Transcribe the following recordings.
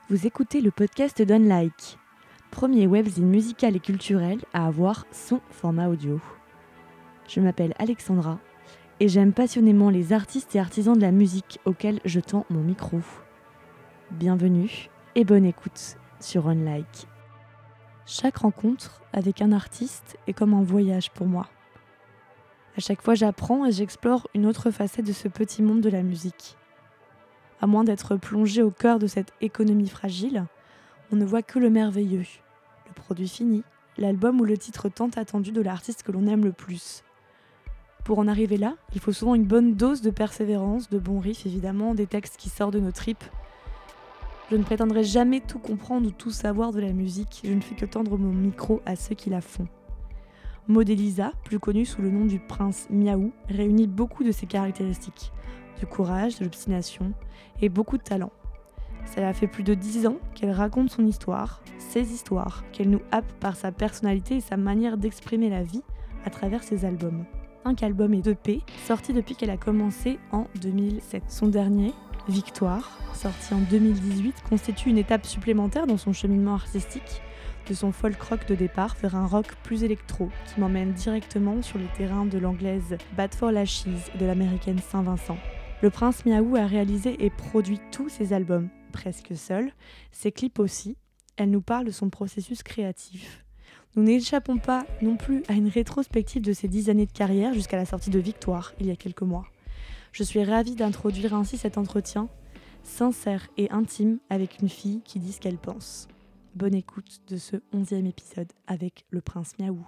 Vous écoutez le podcast d'Unlike, premier webzine musical et culturel à avoir son format audio. Je m'appelle Alexandra et j'aime passionnément les artistes et artisans de la musique auxquels je tends mon micro. Bienvenue et bonne écoute sur Unlike. Chaque rencontre avec un artiste est comme un voyage pour moi. À chaque fois, j'apprends et j'explore une autre facette de ce petit monde de la musique. À moins d'être plongé au cœur de cette économie fragile, on ne voit que le merveilleux, le produit fini, l'album ou le titre tant attendu de l'artiste que l'on aime le plus. Pour en arriver là, il faut souvent une bonne dose de persévérance, de bons riffs évidemment, des textes qui sortent de nos tripes. Je ne prétendrai jamais tout comprendre ou tout savoir de la musique, je ne fais que tendre mon micro à ceux qui la font. Maud Elisa, plus connue sous le nom du prince Miaou, réunit beaucoup de ses caractéristiques, du courage, de l'obstination et beaucoup de talent. Cela fait plus de 10 ans qu'elle raconte son histoire, ses histoires, qu'elle nous happe par sa personnalité et sa manière d'exprimer la vie à travers ses albums. 5 albums et 2 EP sortis depuis qu'elle a commencé en 2007. Son dernier, Victoire, sorti en 2018, constitue une étape supplémentaire dans son cheminement artistique, de son folk rock de départ vers un rock plus électro, qui m'emmène directement sur les terrains de l'anglaise Bad for Lashes et de l'américaine Saint-Vincent. Le prince Miaou a réalisé et produit tous ses albums, presque seul, ses clips aussi. Elle nous parle de son processus créatif. Nous n'échappons pas non plus à une rétrospective de ses 10 années de carrière jusqu'à la sortie de Victoire, il y a quelques mois. Je suis ravie d'introduire ainsi cet entretien, sincère et intime, avec une fille qui dit ce qu'elle pense. Bonne écoute de ce 11e épisode avec le prince Miaou.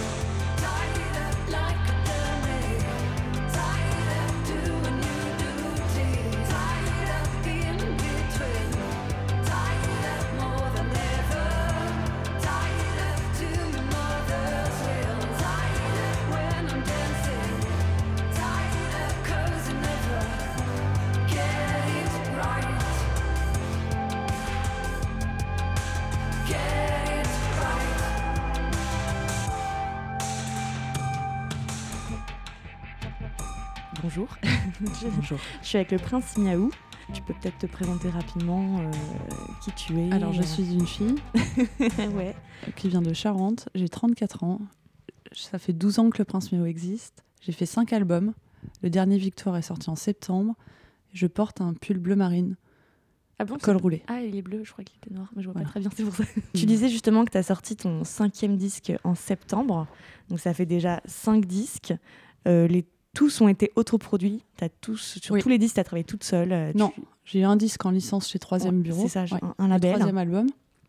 Bonjour. Bonjour. Je suis avec le prince Miaou. Tu peux peut-être te présenter rapidement qui tu es. Alors, je suis une fille ouais. qui vient de Charente. J'ai 34 ans. Ça fait 12 ans que le Prince Miaou existe. J'ai fait 5 albums. Le dernier Victoire est sorti en septembre. Je porte un pull bleu marine. Ah bon, col roulé. Ah, il est bleu, je crois qu'il était noir, mais je vois Voilà. pas très bien, c'est pour ça. Tu disais justement que tu as sorti ton 5e disque en septembre. Donc ça fait déjà 5 disques. Tous ont été autoproduits. Sur tous les disques, tu as travaillé toute seule. Non, j'ai eu un disque en licence chez Troisième Bureau. C'est ça, un label. Le 3e album.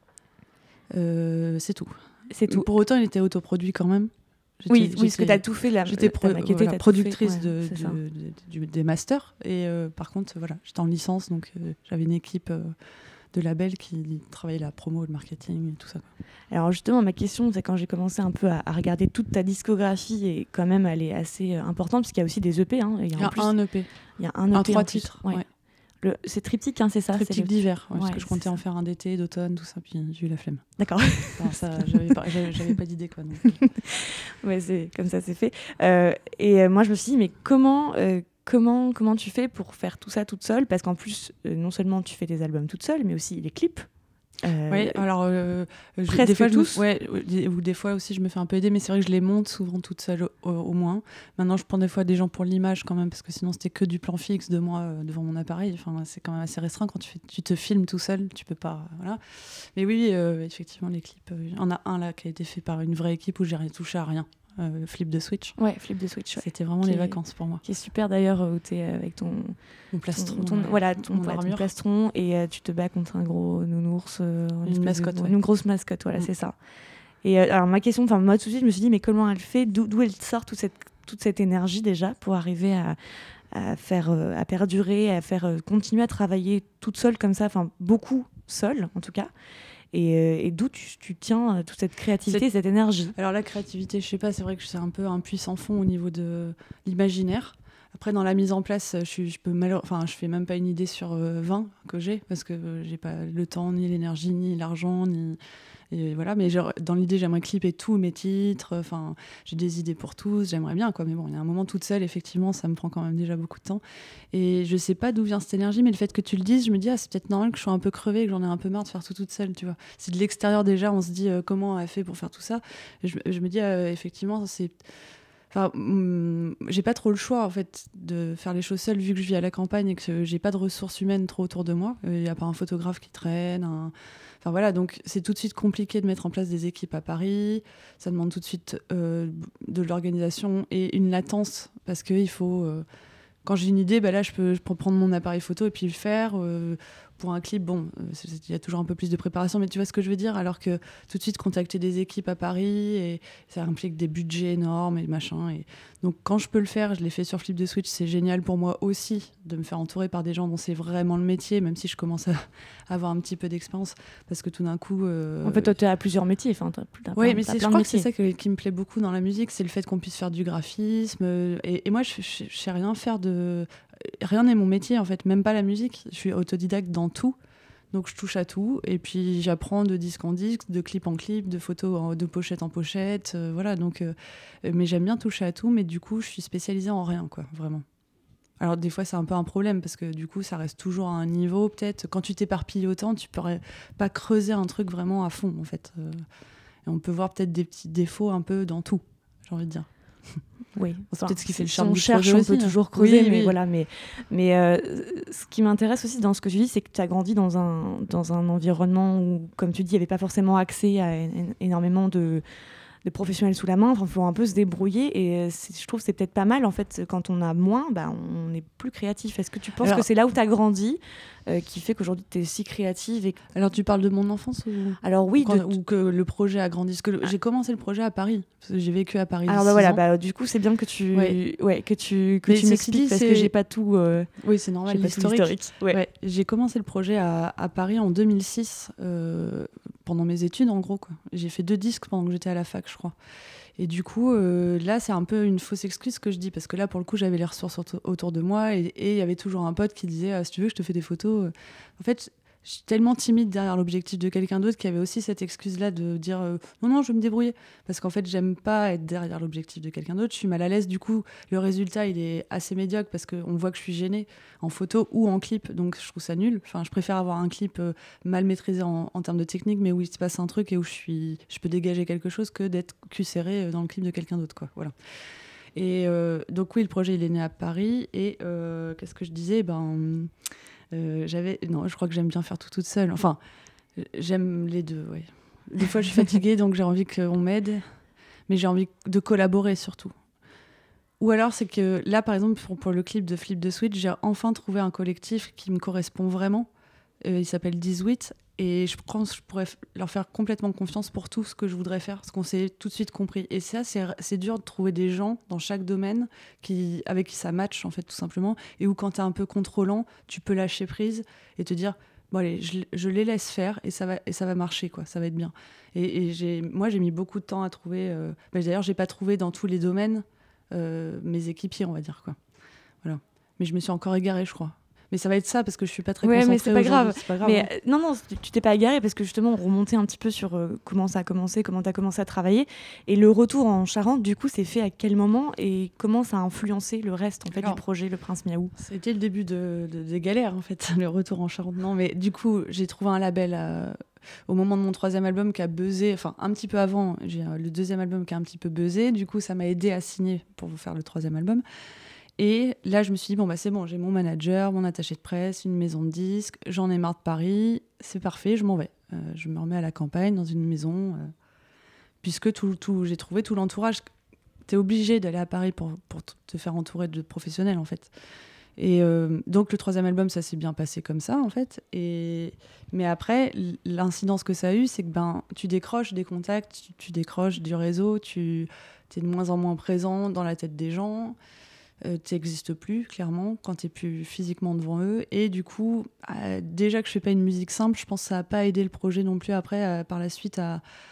C'est tout. C'est tout. Pour autant, il était autoproduit quand même. Oui, parce que tu as tout fait. J'étais productrice des masters. Et par contre, voilà, j'étais en licence, donc j'avais une équipe de label qui travaillait la promo, le marketing et tout ça. Alors justement, ma question, c'est quand j'ai commencé un peu à regarder toute ta discographie, et quand même, elle est assez importante, parce qu'il y a aussi des EP. Hein, il y a un EP. Il y a un EP 3 titres. Ouais. C'est triptyque, c'est ça? Triptyque d'hiver, parce que je comptais en faire un d'été, d'automne, tout ça, puis j'ai eu la flemme. D'accord. Alors ça, j'avais pas d'idée, quoi. Donc. Ouais, c'est comme ça, c'est fait. Et moi, je me suis dit, mais comment tu fais pour faire tout ça toute seule? Parce qu'en plus, non seulement tu fais des albums toute seule, mais aussi les clips. Oui, alors presque tous. Ou des fois aussi je me fais un peu aider, mais c'est vrai que je les monte souvent toute seule au moins. Maintenant je prends des fois des gens pour l'image quand même, parce que sinon c'était que du plan fixe de moi devant mon appareil. Enfin, c'est quand même assez restreint quand tu te filmes tout seul, tu peux pas. Voilà. Mais oui, effectivement les clips. Il y en a un là qui a été fait par une vraie équipe où j'ai rien touché à rien. Flip de Switch. Ouais, Flip de Switch. Ouais. C'était vraiment les vacances pour moi. Qui est super d'ailleurs, où tu es avec ton plastron. Ton plastron, et tu te bats contre un gros nounours. Une mascotte. Une grosse mascotte, voilà, c'est ça. Et alors ma question, moi tout de suite, je me suis dit, mais comment elle fait, d'où elle sort toute cette énergie déjà pour arriver à perdurer, à faire continuer à travailler toute seule comme ça, enfin beaucoup seule en tout cas. Et d'où tu tiens toute cette créativité, cette énergie? Alors la créativité, je sais pas, c'est vrai que c'est un peu un puissant fond au niveau de l'imaginaire. Après, dans la mise en place, je fais même pas une idée sur 20 que j'ai, parce que j'ai pas le temps, ni l'énergie, ni l'argent, et voilà. Mais dans l'idée, j'aimerais clipper tous mes titres. Enfin, j'ai des idées pour tous, j'aimerais bien, quoi. Mais bon, il y a un moment toute seule, effectivement, ça me prend quand même déjà beaucoup de temps. Et je sais pas d'où vient cette énergie, mais le fait que tu le dises, je me dis, c'est peut-être normal que je sois un peu crevée, que j'en ai un peu marre de faire tout toute seule, tu vois. C'est de l'extérieur déjà, on se dit comment elle fait pour faire tout ça. Et je me dis, effectivement, c'est. Enfin, j'ai pas trop le choix en fait de faire les choses seule vu que je vis à la campagne et que j'ai pas de ressources humaines trop autour de moi. Il y a pas un photographe qui traîne. Enfin voilà, donc c'est tout de suite compliqué de mettre en place des équipes à Paris. Ça demande tout de suite de l'organisation et une latence parce qu'il faut. Quand j'ai une idée, là je peux prendre mon appareil photo et puis le faire. Pour un clip, bon, il y a toujours un peu plus de préparation, mais tu vois ce que je veux dire. Alors que tout de suite contacter des équipes à Paris, et ça implique des budgets énormes et machin. Et donc quand je peux le faire, je l'ai fait sur Flip de Switch. C'est génial pour moi aussi de me faire entourer par des gens dont c'est vraiment le métier, même si je commence à avoir un petit peu d'expérience, parce que tout d'un coup. En fait, toi, tu as plusieurs métiers. Enfin, oui, mais je crois que c'est ça qui me plaît beaucoup dans la musique, c'est le fait qu'on puisse faire du graphisme. Et moi, je sais rien faire de. Rien n'est mon métier en fait, même pas la musique. Je suis autodidacte dans tout, donc je touche à tout. Et puis j'apprends de disque en disque, de clip en clip, de photos de pochette en pochette, voilà. Donc, mais j'aime bien toucher à tout, mais du coup je suis spécialisée en rien, quoi, vraiment. Alors des fois c'est un peu un problème parce que du coup ça reste toujours à un niveau. Peut-être quand tu t'éparpilles autant, tu pourrais pas creuser un truc vraiment à fond en fait. Et on peut voir peut-être des petits défauts un peu dans tout, j'ai envie de dire. Oui, c'est peut-être ce qui fait le si charme on du cherche, projet on aussi, peut toujours creuser, oui, mais oui. voilà. Mais ce qui m'intéresse aussi dans ce que tu dis, c'est que tu as grandi dans un environnement où, comme tu dis, il n'y avait pas forcément accès à énormément de professionnels sous la main. Enfin, il faut un peu se débrouiller, et je trouve que c'est peut-être pas mal en fait. Quand on a moins, on est plus créatif. Est-ce que tu penses que c'est là où tu as grandi qui fait qu'aujourd'hui tu es si créative Alors tu parles de mon enfance ou... Alors oui, ou que le projet a grandi, parce que j'ai commencé le projet à Paris, parce que j'ai vécu à Paris. Alors voilà, du coup c'est bien que tu m'expliques, parce que j'ai pas tout. Oui, c'est normal, l'historique. Ouais. J'ai commencé le projet à Paris en 2006, pendant mes études en gros, quoi. J'ai fait 2 disques pendant que j'étais à la fac, je crois. Et du coup, là, c'est un peu une fausse excuse que je dis, parce que là, pour le coup, j'avais les ressources autour de moi, et il y avait toujours un pote qui disait si tu veux, je te fais des photos. En fait, je suis tellement timide derrière l'objectif de quelqu'un d'autre qu'il y avait aussi cette excuse-là de dire non, je vais me débrouiller. Parce qu'en fait, j'aime pas être derrière l'objectif de quelqu'un d'autre. Je suis mal à l'aise. Du coup, le résultat, il est assez médiocre parce qu'on voit que je suis gênée en photo ou en clip. Donc, je trouve ça nul. Enfin, je préfère avoir un clip mal maîtrisé en termes de technique, mais où il se passe un truc et où je peux dégager quelque chose, que d'être cul serré dans le clip de quelqu'un d'autre, quoi. Voilà. Et donc, oui, le projet, il est né à Paris. Et qu'est-ce que je disais ? Non, je crois que j'aime bien faire tout toute seule. Enfin, j'aime les deux, ouais. Des fois, je suis fatiguée, donc j'ai envie qu'on m'aide, mais j'ai envie de collaborer surtout. Ou alors, c'est que là, par exemple, pour le clip de Flip de Switch, j'ai enfin trouvé un collectif qui me correspond vraiment. Il s'appelle 18, et je pense que je pourrais leur faire complètement confiance pour tout ce que je voudrais faire, parce qu'on s'est tout de suite compris. Et ça, c'est dur de trouver des gens dans chaque domaine avec qui ça match, en fait, tout simplement, et où quand t'es un peu contrôlant, tu peux lâcher prise et te dire bon allez, je les laisse faire, et ça va marcher, quoi, ça va être bien. Et moi, j'ai mis beaucoup de temps à trouver. D'ailleurs, j'ai pas trouvé dans tous les domaines mes équipiers, on va dire, quoi. Voilà. Mais je me suis encore égarée, je crois. Mais ça va être ça, parce que je suis pas très concentrée. Mais c'est pas grave. Mais hein. non, tu t'es pas égarée, parce que justement, on remontait un petit peu sur comment ça a commencé, comment tu as commencé à travailler. Et le retour en Charente, du coup, c'est fait à quel moment, et comment ça a influencé le reste en fait, du projet Le Prince Miaou ? C'était le début des galères, en fait, le retour en Charente. Non, mais du coup, j'ai trouvé un label au moment de mon 3e album qui a buzzé, enfin un petit peu avant, j'ai le 2e album qui a un petit peu buzzé. Du coup, ça m'a aidé à signer pour faire le 3e album. Et là, je me suis dit, c'est bon, j'ai mon manager, mon attaché de presse, une maison de disques, j'en ai marre de Paris, c'est parfait, je m'en vais. Je me remets à la campagne, dans une maison, puisque j'ai trouvé tout l'entourage. T'es obligé d'aller à Paris pour te faire entourer de professionnels, en fait. Et donc, le 3e album, ça s'est bien passé comme ça, en fait. Mais après, l'incidence que ça a eu, c'est que tu décroches des contacts, tu décroches du réseau, tu es de moins en moins présent dans la tête des gens. Tu n'existes plus, clairement, quand tu n'es plus physiquement devant eux. Et du coup, déjà que je ne fais pas une musique simple, je pense que ça n'a pas aidé le projet non plus après, par la suite, à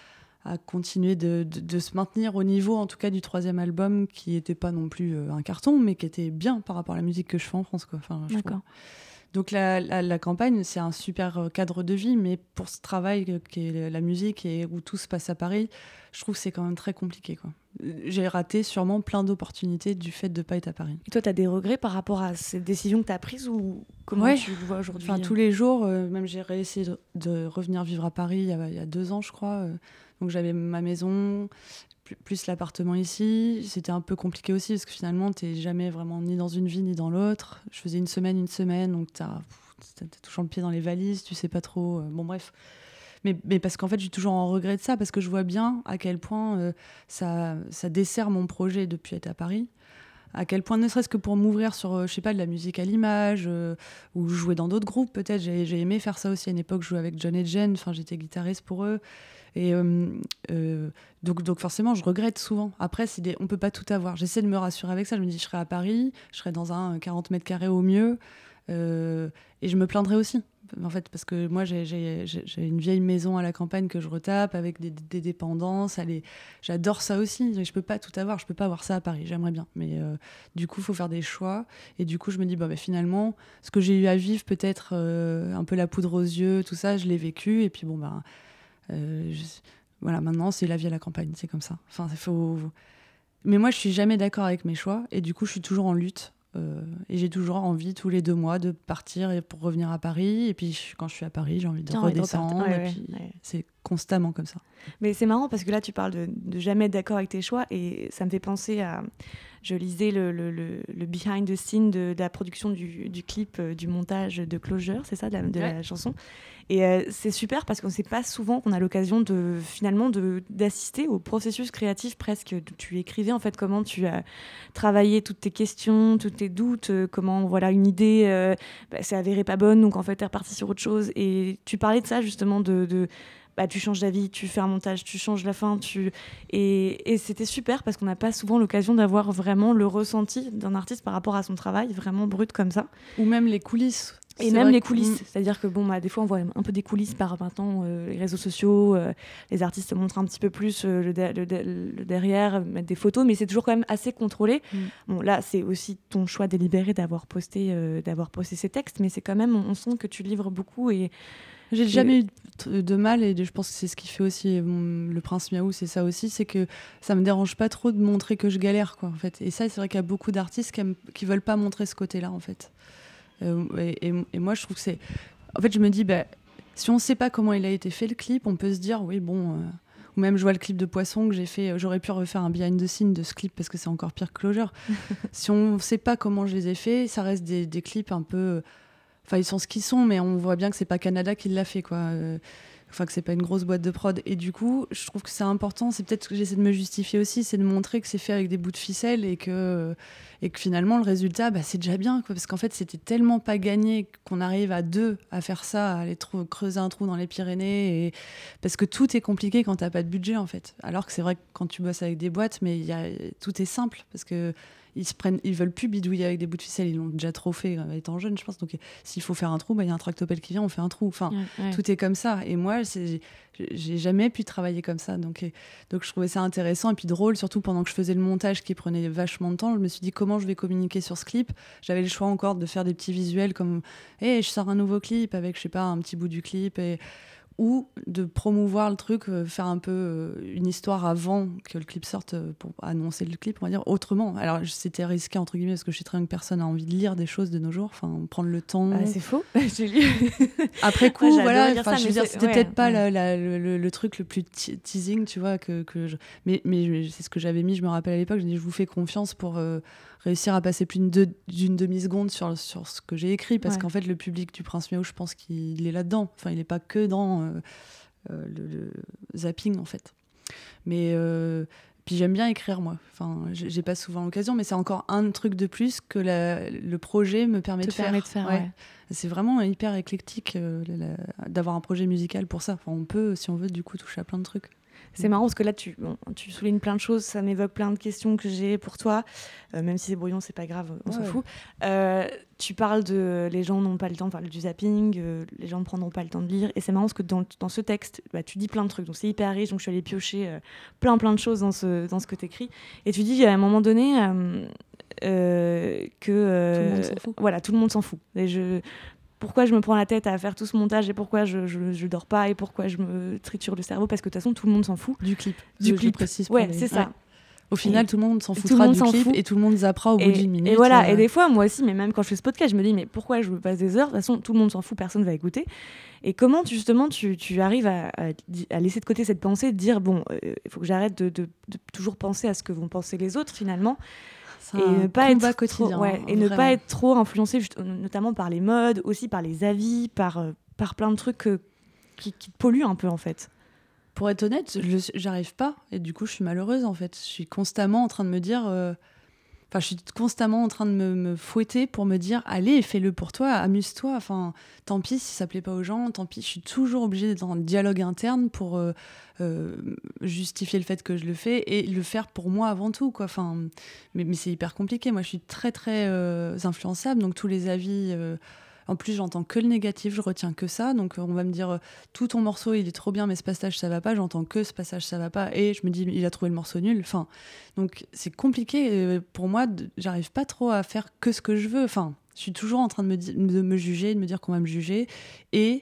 à continuer de se maintenir au niveau, en tout cas, du 3e album, qui n'était pas non plus un carton, mais qui était bien par rapport à la musique que je fais en France, quoi. Enfin, D'accord. Donc la campagne, c'est un super cadre de vie, mais pour ce travail qui est la musique et où tout se passe à Paris, je trouve que c'est quand même très compliqué, quoi. J'ai raté sûrement plein d'opportunités du fait de ne pas être à Paris. Et toi, tu as des regrets par rapport à cette décision que tu as prise ou comment tu le vois aujourd'hui? Enfin, tous les jours, même j'ai réessayé de revenir vivre à Paris il y a 2 ans, je crois. Donc j'avais ma maison, plus l'appartement ici. C'était un peu compliqué aussi parce que finalement, tu n'es jamais vraiment ni dans une vie ni dans l'autre. Je faisais une semaine, donc tu as toujours le pied dans les valises, tu sais pas trop. Bon, bref. Mais parce qu'en fait, j'ai toujours en regret de ça, parce que je vois bien à quel point ça dessert mon projet depuis être à Paris. À quel point, ne serait-ce que pour m'ouvrir sur, je sais pas, de la musique à l'image, ou jouer dans d'autres groupes, peut-être. J'ai aimé faire ça aussi à une époque, je jouais avec John et Jen, enfin, j'étais guitariste pour eux. Et donc forcément, je regrette souvent. Après, on peut pas tout avoir. J'essaie de me rassurer avec ça. Je me dis, je serai à Paris, je serai dans un 40 mètres carrés au mieux, et je me plaindrai aussi. En fait, parce que moi, j'ai une vieille maison à la campagne que je retape avec des dépendances. J'adore ça aussi. Je peux pas tout avoir. Je peux pas avoir ça à Paris. J'aimerais bien. Mais du coup, il faut faire des choix. Et du coup, je me dis, finalement, ce que j'ai eu à vivre, peut-être un peu la poudre aux yeux, tout ça, je l'ai vécu. Et puis, voilà, maintenant, c'est la vie à la campagne. C'est comme ça. Enfin, Mais moi, je suis jamais d'accord avec mes choix. Et du coup, je suis toujours en lutte. Et j'ai toujours envie tous les 2 mois de partir pour revenir à Paris. Et puis quand je suis à Paris, j'ai envie de redescendre. C'est constamment comme ça. Mais c'est marrant parce que là, tu parles de jamais être d'accord avec tes choix. Et ça me fait penser à... Je lisais le behind the scene de la production du clip, du montage de Closure, c'est ça, de la chanson. Et c'est super parce qu'on ne sait pas souvent qu'on a l'occasion finalement d'assister au processus créatif presque. Tu écrivais en fait comment tu as travaillé toutes tes questions, tous tes doutes, comment une idée s'est avérée pas bonne, donc en fait tu es reparti sur autre chose. Et tu parlais de ça justement tu changes d'avis, tu fais un montage, tu changes la fin, et c'était super parce qu'on n'a pas souvent l'occasion d'avoir vraiment le ressenti d'un artiste par rapport à son travail, vraiment brut comme ça. Ou même les coulisses. Et même les coulisses, c'est-à-dire que des fois on voit un peu des coulisses par maintenant les réseaux sociaux, les artistes montrent un petit peu plus le derrière, mettre des photos, mais c'est toujours quand même assez contrôlé. Bon, là c'est aussi ton choix délibéré d'avoir posté ces textes, mais c'est quand même, on sent que tu livres beaucoup. Et j'ai jamais eu de mal, et je pense que c'est ce qui fait aussi le Prince Miaou, c'est ça aussi, c'est que ça me dérange pas trop de montrer que je galère, quoi, en fait. Et ça, c'est vrai qu'il y a beaucoup d'artistes qui veulent pas montrer ce côté-là, en fait. Et moi, je trouve que c'est... En fait, je me dis, si on sait pas comment il a été fait le clip, on peut se dire, oui, bon... Ou même, je vois le clip de Poisson que j'ai fait, j'aurais pu refaire un behind the scene de ce clip parce que c'est encore pire que Closure. Si on sait pas comment je les ai faits, ça reste des clips un peu... Enfin, ils sont ce qu'ils sont, mais on voit bien que c'est pas Canada qui l'a fait, quoi. Enfin, que c'est pas une grosse boîte de prod. Et du coup, je trouve que c'est important. C'est peut-être que j'essaie de me justifier aussi, c'est de montrer que c'est fait avec des bouts de ficelle et que finalement, le résultat, c'est déjà bien, quoi. Parce qu'en fait, c'était tellement pas gagné qu'on arrive à 2 à faire ça, à aller creuser un trou dans les Pyrénées. Parce que tout est compliqué quand t'as pas de budget, en fait. Alors que c'est vrai que quand tu bosses avec des boîtes, mais tout est simple. Parce que ils veulent plus bidouiller avec des bouts de ficelle, ils l'ont déjà trop fait étant jeune, je pense. Donc s'il faut faire un trou, y a un tractopelle qui vient, on fait un trou. Enfin, tout est comme ça. Et moi, j'ai jamais pu travailler comme ça. Donc je trouvais ça intéressant et puis drôle, surtout pendant que je faisais le montage qui prenait vachement de temps. Je me suis dit comment je vais communiquer sur ce clip. J'avais le choix encore de faire des petits visuels comme je sors un nouveau clip avec, je sais pas, un petit bout du clip, ou de promouvoir le truc, faire un peu une histoire avant que le clip sorte pour annoncer le clip, on va dire, autrement. Alors, c'était risqué, entre guillemets, parce que je sais très bien que personne n'a envie de lire des choses de nos jours, enfin, prendre le temps. C'est faux, j'ai lu. Après coup, voilà, ça, je veux dire, c'était peut-être pas le truc le plus teasing, tu vois, mais c'est ce que j'avais mis, je me rappelle à l'époque, j'ai dit, je vous fais confiance pour réussir à passer plus d'une demi-seconde sur ce que j'ai écrit, parce qu'en fait, le public du Prince Miaou, je pense qu'il est là-dedans. Enfin, il n'est pas que dans le zapping, en fait. Mais puis j'aime bien écrire, moi. Enfin, j'ai pas souvent l'occasion, mais c'est encore un truc de plus que le projet me permet de faire. Ouais. C'est vraiment hyper éclectique d'avoir un projet musical pour ça. Enfin, on peut, si on veut, du coup, toucher à plein de trucs. C'est marrant parce que là, tu soulignes plein de choses, ça m'évoque plein de questions que j'ai pour toi. Même si c'est brouillon, c'est pas grave, on s'en fout. Tu parles de les gens n'ont pas le temps, enfin, du zapping, les gens ne prendront pas le temps de lire. Et c'est marrant parce que dans ce texte, tu dis plein de trucs. Donc c'est hyper riche, donc je suis allée piocher plein de choses dans ce que tu écris. Et tu dis à un moment donné que tout le monde s'en fout. Voilà, tout le monde s'en fout. Et pourquoi je me prends la tête à faire tout ce montage et pourquoi je dors pas et pourquoi je me triture le cerveau, parce que de toute façon tout le monde s'en fout du clip. Je précise. C'est ça. Au final, tout le monde s'en foutra du clip et tout le monde zappera au bout d'une minute. Et voilà, et des fois, moi aussi, mais même quand je fais ce podcast, je me dis, mais pourquoi je me passe des heures ? De toute façon, tout le monde s'en fout, personne va écouter. Et comment, justement, tu arrives à laisser de côté cette pensée, de dire, bon, il faut que j'arrête de toujours penser à ce que vont penser les autres, finalement. C'est et ne pas être quotidien, ne pas être trop influencé, notamment par les modes, aussi par les avis, par plein de trucs qui te polluent un peu, en fait. Pour être honnête, j'arrive pas. Et du coup, je suis malheureuse, en fait. Je suis constamment en train de me dire... je suis constamment en train de me fouetter pour me dire, allez, fais-le pour toi, amuse-toi. Enfin, tant pis si ça plaît pas aux gens, tant pis. Je suis toujours obligée d'être dans un dialogue interne pour justifier le fait que je le fais et le faire pour moi avant tout, quoi. Enfin, mais c'est hyper compliqué. Moi, je suis très, très influençable. Donc, tous les avis... En plus, j'entends que le négatif, je retiens que ça. Donc, on va me dire, tout ton morceau, il est trop bien, mais ce passage, ça va pas. J'entends que ce passage, ça va pas. Et je me dis, il a trouvé le morceau nul. Enfin, donc, c'est compliqué. Pour moi, j'arrive pas trop à faire que ce que je veux. Enfin, je suis toujours en train de me juger, de me dire qu'on va me juger. Et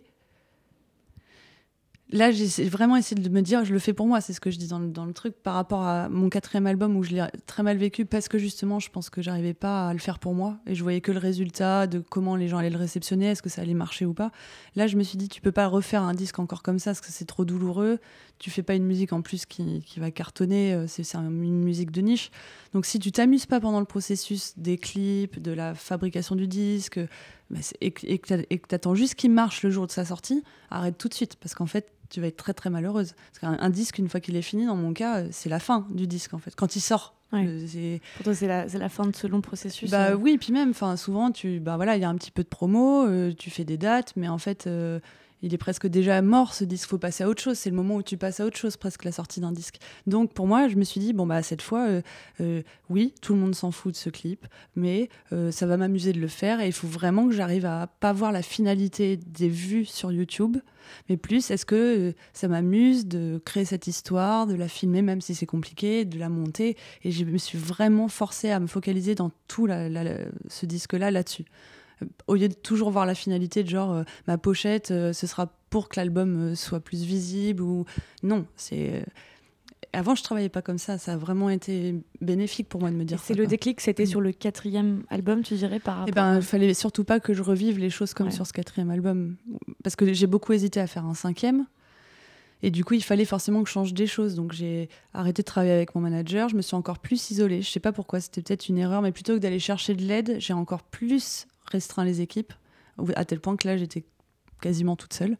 là, j'ai vraiment essayé de me dire, je le fais pour moi, c'est ce que je dis dans le truc, par rapport à mon 4e album où je l'ai très mal vécu parce que justement, je pense que j'arrivais pas à le faire pour moi et je voyais que le résultat de comment les gens allaient le réceptionner, est-ce que ça allait marcher ou pas. Là, je me suis dit, tu peux pas refaire un disque encore comme ça parce que c'est trop douloureux. Tu fais pas une musique en plus qui va cartonner, c'est une musique de niche. Donc, si tu t'amuses pas pendant le processus des clips, de la fabrication du disque, et que t'attends juste qu'il marche le jour de sa sortie, arrête tout de suite parce qu'en fait, tu vas être très très malheureuse. Parce qu'un disque, une fois qu'il est fini, dans mon cas, c'est la fin du disque en fait. Quand il sort. Ouais. Pour toi, c'est la fin de ce long processus. Oui, et puis même, souvent, il y a un petit peu de promo, tu fais des dates, mais en fait, il est presque déjà mort ce disque. Faut passer à autre chose. C'est le moment où tu passes à autre chose, presque la sortie d'un disque. Donc pour moi, je me suis dit cette fois, oui, tout le monde s'en fout de ce clip, mais ça va m'amuser de le faire et il faut vraiment que j'arrive à pas voir la finalité des vues sur YouTube. Mais plus, est-ce que ça m'amuse de créer cette histoire, de la filmer, même si c'est compliqué, de la monter. Et je me suis vraiment forcée à me focaliser dans tout ce disque-là, là-dessus. Au lieu de toujours voir la finalité de genre, ma pochette, ce sera pour que l'album soit plus visible. Ou non, c'est... Avant, je travaillais pas comme ça. Ça a vraiment été bénéfique pour moi de me dire ça. C'est le déclic, c'était sur le 4e album, tu dirais, par rapport il fallait surtout pas que je revive les choses comme sur ce 4e album. Parce que j'ai beaucoup hésité à faire un 5e. Et du coup, il fallait forcément que je change des choses. Donc, j'ai arrêté de travailler avec mon manager. Je me suis encore plus isolée. Je sais pas pourquoi, c'était peut-être une erreur. Mais plutôt que d'aller chercher de l'aide, j'ai encore plus restreint les équipes. À tel point que là, j'étais quasiment toute seule.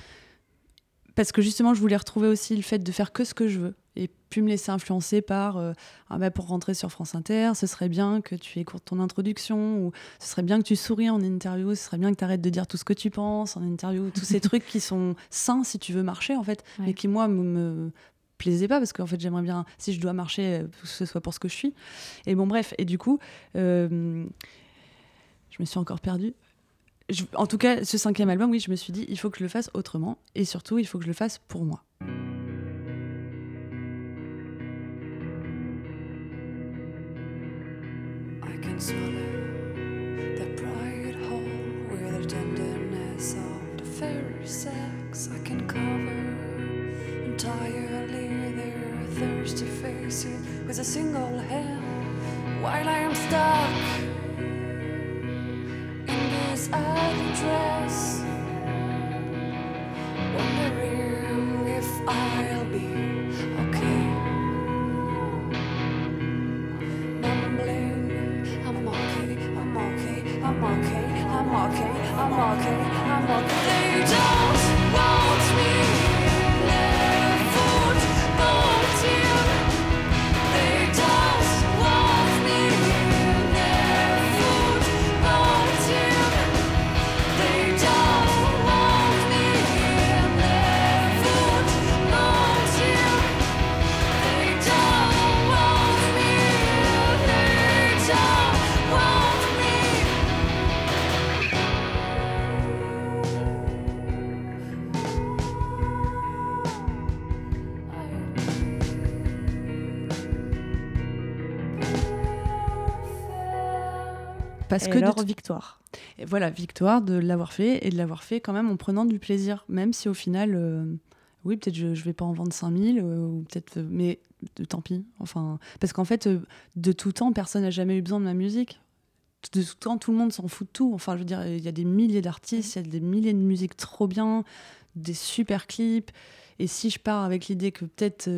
Parce que justement, je voulais retrouver aussi le fait de faire que ce que je veux. Et puis me laisser influencer par pour rentrer sur France Inter, ce serait bien que tu écoutes ton introduction, ou ce serait bien que tu souris en interview, ce serait bien que tu arrêtes de dire tout ce que tu penses en interview, tous ces trucs qui sont sains si tu veux marcher en fait, mais qui moi me plaisaient pas parce qu'en fait j'aimerais bien, si je dois marcher, que ce soit pour ce que je suis. Et bon bref, et du coup je me suis encore perdue. En tout cas, ce 5e album, oui, je me suis dit, il faut que je le fasse autrement et surtout, il faut que je le fasse pour moi. I can swallow the pride whole with the tenderness of the fairy sex. I can cover entirely their thirsty faces with a single hand while I am stuck in this ugly dress, wondering if I'll be okay. Mumbling, I'm okay, I'm okay, I'm okay, I'm okay, I'm okay, I'm okay. They don't want me left foot, but they don't want me left. Parce et que alors, victoire. Et voilà, victoire de l'avoir fait et de l'avoir fait quand même en prenant du plaisir, même si au final, oui, peut-être je vais pas en vendre 5000, ou peut-être, mais tant pis. Enfin, parce qu'en fait, de tout temps, personne n'a jamais eu besoin de ma musique. De tout temps, tout le monde s'en fout de tout. Enfin, je veux dire, il y a des milliers d'artistes, il y a des milliers de musiques trop bien, des super clips. Et si je pars avec l'idée que peut-être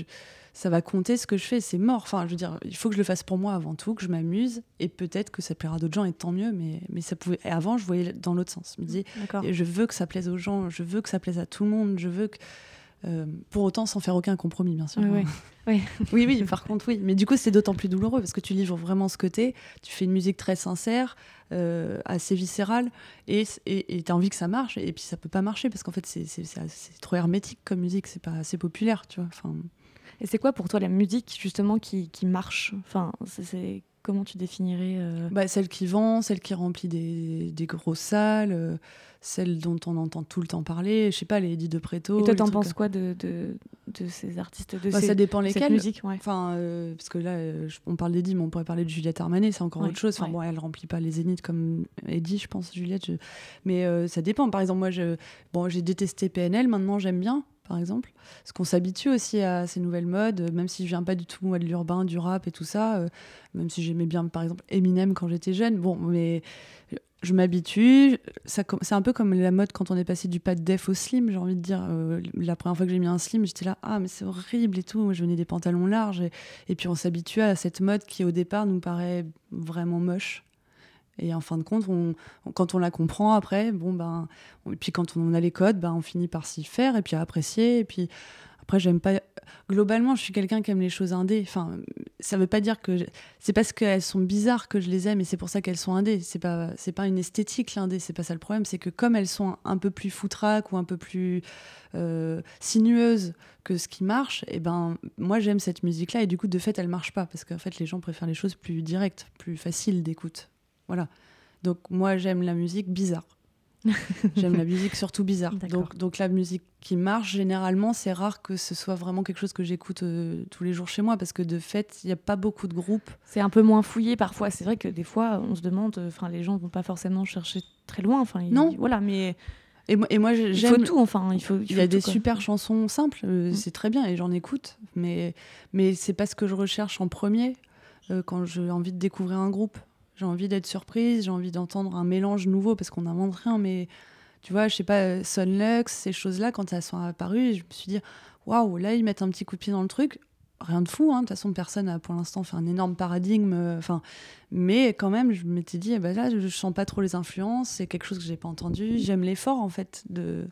ça va compter ce que je fais, c'est mort. Enfin, je veux dire, il faut que je le fasse pour moi avant tout, que je m'amuse, et peut-être que ça plaira à d'autres gens, et tant mieux. Mais ça pouvait. Et avant, je voyais dans l'autre sens. Je me disais, je veux que ça plaise aux gens, je veux que ça plaise à tout le monde, je veux que. Pour autant, sans faire aucun compromis, bien sûr. Oui. Oui, par contre, oui. Mais du coup, c'est d'autant plus douloureux parce que tu livres vraiment ce que t'es. Tu fais une musique très sincère, assez viscérale, et t'as envie que ça marche. Et puis, ça peut pas marcher parce qu'en fait, c'est trop hermétique comme musique. C'est pas assez populaire, tu vois. Enfin... Et c'est quoi pour toi la musique, justement, qui marche? Enfin, comment tu définirais Celle qui vend, celle qui remplit des grosses salles, celle dont on entend tout le temps parler. Je sais pas, les Eddie de Preto. Et toi, t'en penses quoi de ces artistes, ça dépend lesquels. Cette musique, ouais. Enfin, parce que là, on parle d'Eddie, mais on pourrait parler de Juliette Armanet, c'est encore autre chose. Enfin, bon, elle remplit pas les zéniths comme Eddie, je pense, Juliette. Mais ça dépend. Par exemple, moi, j'ai détesté PNL, maintenant j'aime bien, par exemple. Parce qu'on s'habitue aussi à ces nouvelles modes, même si je viens pas du tout, moi, de l'urbain, du rap et tout ça, même si j'aimais bien, par exemple, Eminem quand j'étais jeune. Bon, mais je m'habitue. C'est un peu comme la mode quand on est passé du pas de def au slim, j'ai envie de dire. La première fois que j'ai mis un slim, j'étais là, ah, mais c'est horrible et tout. Moi, je venais des pantalons larges. Et puis, on s'habitue à cette mode qui, au départ, nous paraît vraiment moche. Et en fin de compte, quand on la comprend après, et puis quand on a les codes, on finit par s'y faire et puis à apprécier. Et puis après, j'aime pas. Globalement, je suis quelqu'un qui aime les choses indé. Enfin, ça veut pas dire que c'est parce qu'elles sont bizarres que je les aime et c'est pour ça qu'elles sont indé. C'est pas une esthétique l'indé. C'est pas ça le problème. C'est que comme elles sont un peu plus foutraques ou un peu plus sinueuses que ce qui marche, et moi j'aime cette musique-là et du coup de fait elle marche pas parce qu'en fait les gens préfèrent les choses plus directes, plus faciles d'écoute. Voilà. Donc moi j'aime la musique bizarre. J'aime la musique surtout bizarre. Donc la musique qui marche, généralement, c'est rare que ce soit vraiment quelque chose que j'écoute tous les jours chez moi parce que de fait, il n'y a pas beaucoup de groupes. C'est un peu moins fouillé parfois. C'est vrai que des fois, on se demande, les gens ne vont pas forcément chercher très loin. Non. Voilà, mais... Et moi j'aime... Il faut tout, enfin. Il y a des super chansons simples, c'est très bien et j'en écoute. Mais c'est pas ce que je recherche en premier quand j'ai envie de découvrir un groupe. J'ai envie d'être surprise, j'ai envie d'entendre un mélange nouveau parce qu'on n'invente rien, mais tu vois, je sais pas, Sonlux, ces choses-là, quand elles sont apparues, je me suis dit, waouh, là, ils mettent un petit coup de pied dans le truc. Rien de fou, hein. De toute façon, personne n'a pour l'instant fait un énorme paradigme. Mais quand même, je m'étais dit, là, je sens pas trop les influences, c'est quelque chose que j'ai pas entendu. J'aime l'effort, en fait,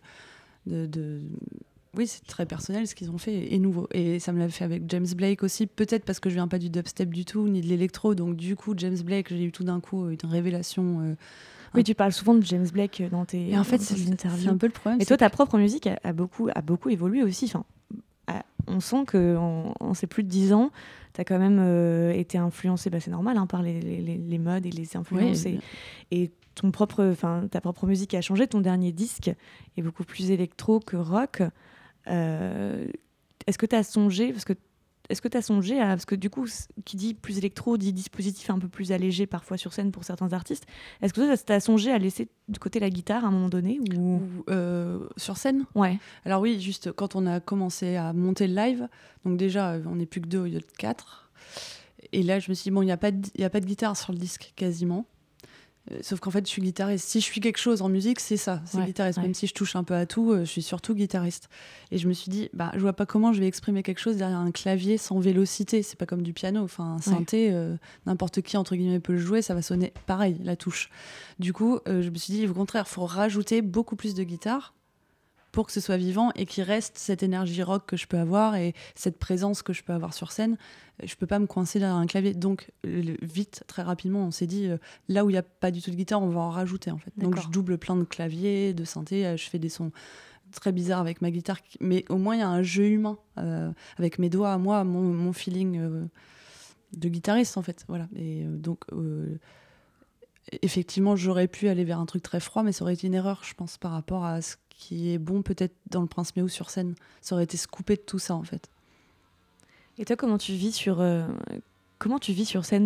Oui, c'est très personnel ce qu'ils ont fait et nouveau. Et ça me l'a fait avec James Blake aussi, peut-être parce que je viens pas du dubstep du tout, ni de l'électro. Donc du coup, James Blake, j'ai eu tout d'un coup une révélation. Oui, tu parles souvent de James Blake dans tes et en fait, interviews. C'est un peu le problème. Et toi, ta propre musique a beaucoup évolué aussi. Enfin, on sent qu'en ces plus de 10 ans, tu as quand même été influencé, c'est normal, par les modes et les influences. Oui, et ta propre musique a changé. Ton dernier disque est beaucoup plus électro que rock. Est-ce que tu as songé à... Parce que du coup, qui dit plus électro, dit dispositif un peu plus allégé parfois sur scène pour certains artistes. Est-ce que tu as songé à laisser de côté la guitare à un moment donné ou sur scène ? Ouais. Alors oui, juste quand on a commencé à monter le live, donc déjà, on n'est plus que 2 au lieu de 4. Et là, je me suis dit, il n'y a pas de guitare sur le disque, quasiment. Sauf qu'en fait, je suis guitariste. Si je suis quelque chose en musique, c'est ça, c'est guitariste. Même si je touche un peu à tout, je suis surtout guitariste. Et je me suis dit, je vois pas comment je vais exprimer quelque chose derrière un clavier sans vélocité. C'est pas comme du piano. Enfin, un synthé, n'importe qui, entre guillemets, peut le jouer, ça va sonner pareil, la touche. Du coup, je me suis dit, au contraire, il faut rajouter beaucoup plus de guitare pour que ce soit vivant et qu'il reste cette énergie rock que je peux avoir et cette présence que je peux avoir sur scène. Je peux pas me coincer derrière un clavier. Donc, vite, très rapidement, on s'est dit, là où il n'y a pas du tout de guitare, on va en rajouter, en fait. D'accord. Donc, je double plein de claviers, de synthé, je fais des sons très bizarres avec ma guitare, mais au moins, il y a un jeu humain avec mes doigts à moi, mon feeling de guitariste, en fait. Voilà. Et donc... effectivement, j'aurais pu aller vers un truc très froid, mais ça aurait été une erreur, je pense, par rapport à ce qui est bon peut-être dans le Prince Méo sur scène. Ça aurait été se couper de tout ça, en fait. Et toi, comment tu vis sur scène ? Parce que,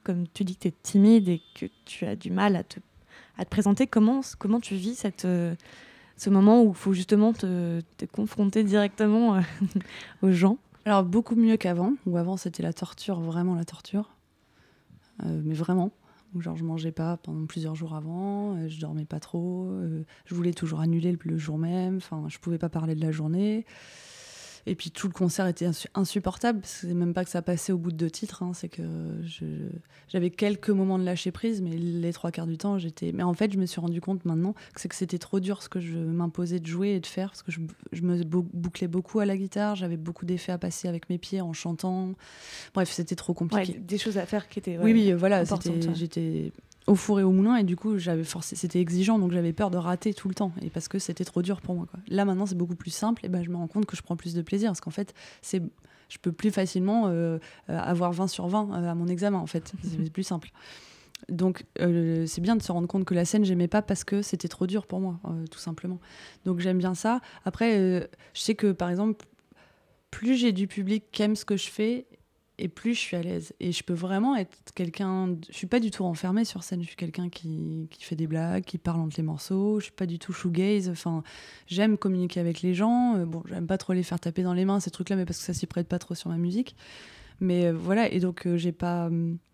comme tu dis que tu es timide et que tu as du mal à te présenter. Comment tu vis ce moment où il faut justement te confronter directement aux gens? Alors, beaucoup mieux qu'avant, où avant c'était la torture, vraiment la torture. Mais vraiment. Genre, je mangeais pas pendant plusieurs jours avant, je dormais pas trop, je voulais toujours annuler le jour même, enfin, je pouvais pas parler de la journée. Et puis tout le concert était insupportable. C'est même pas que ça passait au bout de 2 titres, hein, c'est que j'avais quelques moments de lâcher prise, mais les 3 quarts du temps, j'étais. Mais en fait, je me suis rendu compte maintenant que c'était trop dur ce que je m'imposais de jouer et de faire, parce que je me bouclais beaucoup à la guitare, j'avais beaucoup d'effets à passer avec mes pieds en chantant. Bref, c'était trop compliqué. Ouais, des choses à faire qui étaient oui, voilà, importantes. J'étais au four et au moulin, et du coup c'était exigeant, donc j'avais peur de rater tout le temps, et parce que c'était trop dur pour moi, quoi. Là maintenant c'est beaucoup plus simple, et ben je me rends compte que je prends plus de plaisir, parce qu'en fait je peux plus facilement avoir 20 sur 20 à mon examen, en fait. C'est plus simple. Donc c'est bien de se rendre compte que la scène j'aimais pas parce que c'était trop dur pour moi, tout simplement. Donc j'aime bien ça. Après je sais que par exemple plus j'ai du public qui aime ce que je fais, et plus je suis à l'aise. Et je peux vraiment être quelqu'un... Je suis pas du tout renfermée sur scène. Je suis quelqu'un qui fait des blagues, qui parle entre les morceaux. Je suis pas du tout shoegaze. Enfin, j'aime communiquer avec les gens. Bon, j'aime pas trop les faire taper dans les mains, ces trucs-là, mais parce que ça s'y prête pas trop sur ma musique. Mais voilà, et donc j'ai pas...